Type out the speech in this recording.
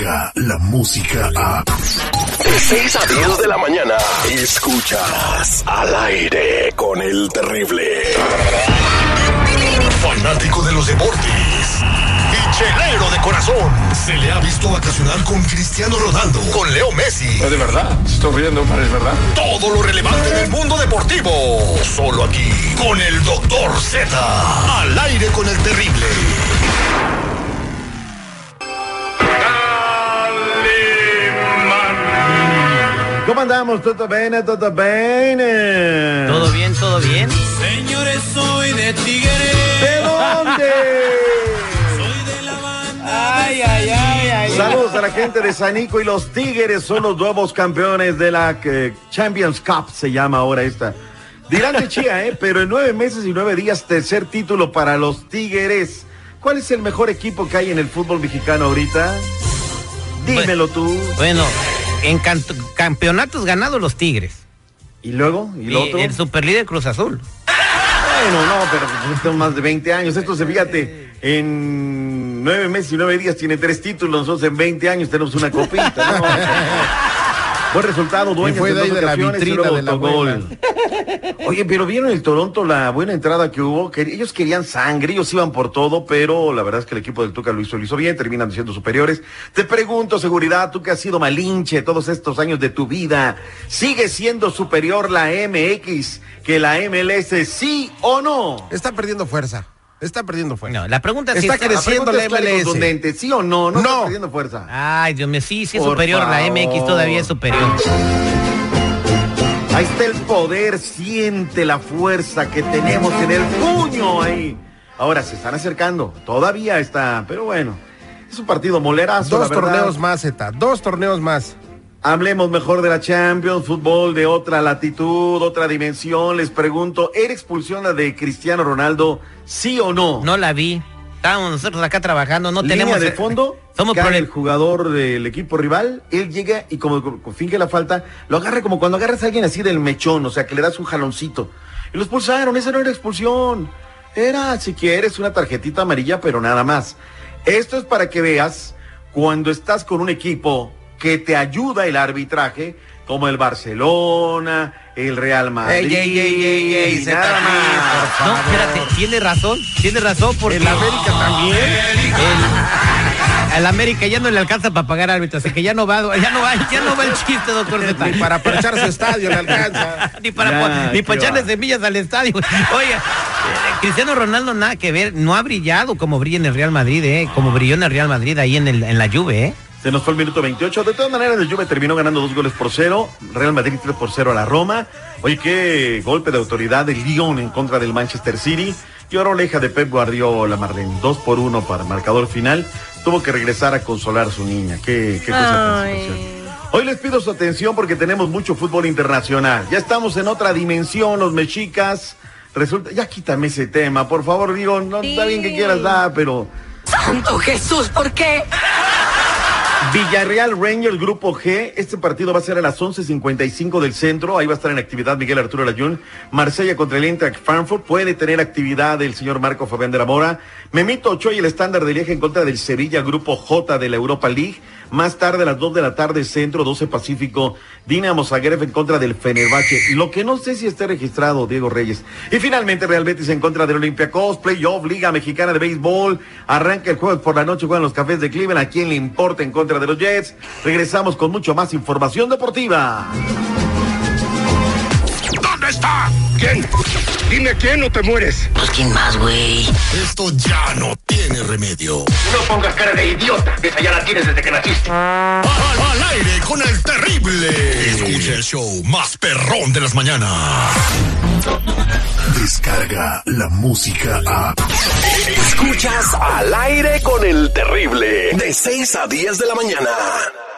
Descarga la música a... De 6 a 10 de la mañana. Escuchas Al Aire con el Terrible. Fanático de los deportes y chelero de corazón. Se le ha visto vacacionar con Cristiano Ronaldo, con Leo Messi. ¿De verdad? Estoy riendo, ¿es verdad? Todo lo relevante del mundo deportivo. Solo aquí, con el Dr. Z. Al Aire con el Terrible. ¿Cómo andamos? ¿Todo bien? ¿Todo bien? ¿Todo bien? ¿Todo bien? Señores, soy de Tigres. ¿De dónde? Soy de la banda. Ay. Saludos a la gente de Sanico y los Tigres son los nuevos campeones de la Champions Cup, se llama ahora esta. Dirán de chía, pero en 9 meses y 9 días, tercer título para los Tigres. ¿Cuál es el mejor equipo que hay en el fútbol mexicano ahorita? Dímelo tú. Bueno, en campeonatos ganados los Tigres. ¿Y luego? ¿Y lo otro? El superlíder Cruz Azul. Bueno, no, pero tenemos más de 20 años. Esto se fíjate, en 9 meses y 9 días tiene 3 títulos. Nosotros en 20 años tenemos una copita, ¿no? Buen resultado, Dueñas en 2 ocasiones y luego autogol. Oye, pero ¿vieron el Toronto la buena entrada que hubo? Que ellos querían sangre, ellos iban por todo, pero la verdad es que el equipo del Tuca lo hizo bien, terminan siendo superiores. Te pregunto, seguridad, tú que has sido malinche todos estos años de tu vida, ¿sigue siendo superior la MX que la MLS, sí o no? Está perdiendo fuerza. No, la pregunta es está si creciendo la MLS. ¿Sí o no? No está No. perdiendo fuerza. Ay, Dios mío, sí es Por superior. favor. La MX todavía es superior. Ahí está el poder, siente la fuerza que tenemos en el puño ahí. Ahora se están acercando, todavía está, pero bueno, es un partido molerazo. 2 la verdad. torneos más, Zeta. 2 torneos más. Hablemos mejor de la Champions, fútbol de otra latitud, otra dimensión. Les pregunto, ¿era expulsión la de Cristiano Ronaldo, sí o no? No la vi. Estábamos nosotros acá trabajando, no Línea tenemos... de fondo, somos cae prole- el jugador del equipo rival, él llega y como finge la falta, lo agarra como cuando agarras a alguien así del mechón, o sea, que le das un jaloncito. Y lo expulsaron, esa no era expulsión. Era, si quieres, una tarjetita amarilla, pero nada más. Esto es para que veas, cuando estás con un equipo que te ayuda el arbitraje, como el Barcelona, el Real Madrid, Ey, nada más. No, espérate, tiene razón porque... ¿El América también? Al América ya no le alcanza para pagar árbitro, así que ya no va el chiste, doctor Z. Ni para parchar su estadio le alcanza. Ni para echarle semillas al estadio. Oiga, Cristiano Ronaldo nada que ver, no ha brillado como brilla en el Real Madrid, como brilló en el Real Madrid ahí en la Juve, Se nos fue el minuto 28. De todas maneras, el Juve terminó ganando 2-0. Real Madrid 3-0 a la Roma. Oye, qué golpe de autoridad del Lyon en contra del Manchester City. Y ahora oreja de Pep Guardiola, Marlene. 2-1 para el marcador final. Tuvo que regresar a consolar a su niña. Qué cosa tan especial. Hoy les pido su atención porque tenemos mucho fútbol internacional. Ya estamos en otra dimensión, los mexicas. Resulta, ya quítame ese tema, por favor, digo, no está bien que quieras dar, pero... ¡Santo Jesús! ¿Por qué? Villarreal Rangers, Grupo G. Este partido va a ser a las 11:55 del centro. Ahí va a estar en actividad Miguel Arturo Layún. Marsella contra el Eintracht Frankfurt. Puede tener actividad el señor Marco Fabián de la Mora. Memito Ochoa y el Estándar de Lieja en contra del Sevilla, Grupo J de la Europa League. Más tarde, a las 2 de la tarde, centro, 12 Pacífico. Dinamo Zagreb en contra del Fenerbahce. Lo que no sé si esté registrado Diego Reyes. Y finalmente, Real Betis en contra del Olympiacos. Playoff, Liga Mexicana de Béisbol. Arranca el jueves por la noche, juegan los Cafés de Cleveland. ¿A quién le importa en contra de los Jets? Regresamos con mucho más información deportiva. ¿Dónde está? ¿Quién? Dime quién o te mueres. Pues quién más, güey. Esto ya no tiene remedio. No pongas cara de idiota, que esa ya la tienes desde que naciste. Al aire con el Terrible. Escucha el show más perrón de las mañanas. Descarga la música a... Escuchas Al Aire con el Terrible. De 6 a 10 de la mañana.